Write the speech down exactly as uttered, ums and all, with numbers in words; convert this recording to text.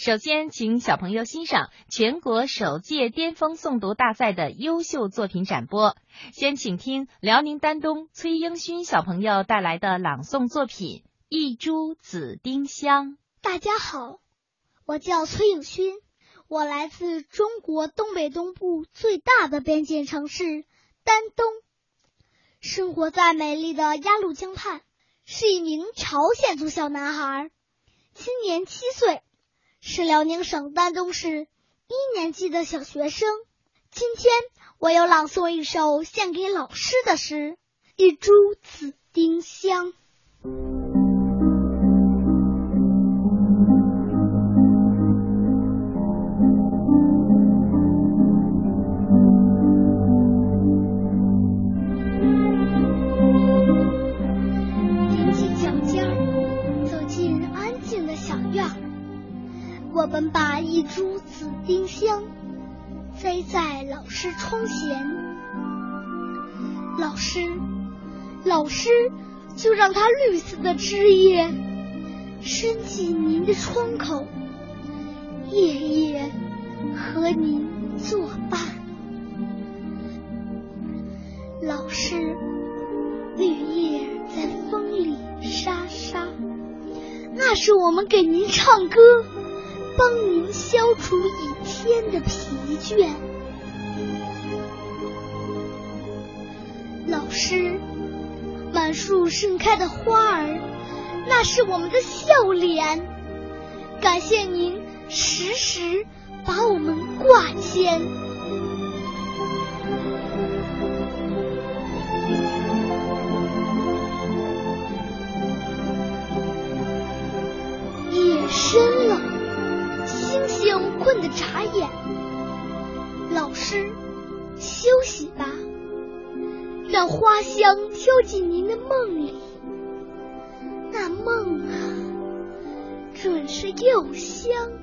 首先，请小朋友欣赏全国首届巅峰诵读大赛的优秀作品展播。先请听辽宁丹东崔英勋小朋友带来的朗诵作品《一株紫丁香》。 大家好，我叫崔英勋，我来自中国东北东部最大的边界城市丹东，生活在美丽的鸭绿江畔，是一名朝鲜族小男孩，今年七岁，是辽宁省丹东市一年级的小学生。今天我要朗诵一首献给老师的诗《一株紫丁香》。踮起脚尖儿，走进安静的小院儿，我们把一株紫丁香栽在老师窗前。老师，老师，就让它绿色的枝叶伸进您的窗口，夜夜和您作伴。老师，绿叶在风里沙沙，那是我们给您唱歌，帮您消除一天的疲倦。老师，满树盛开的花儿，那是我们的笑脸，感谢您时时把我们挂牵。夜深了，星星困得眨眼，老师，休息吧，让花香飘进您的梦里，那梦啊，准是又香